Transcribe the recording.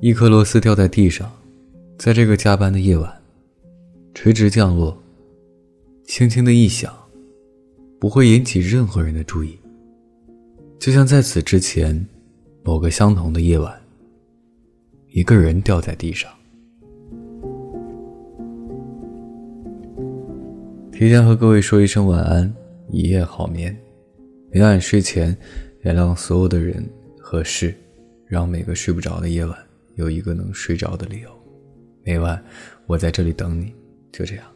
一颗螺丝掉在地上，在这个加班的夜晚，垂直降落，轻轻的一响，不会引起任何人的注意，就像在此之前某个相同的夜晚，一个人掉在地上。提前和各位说一声晚安，一夜好眠。每晚睡前原谅所有的人和事，让每个睡不着的夜晚有一个能睡着的理由。每晚我在这里等你，就这样。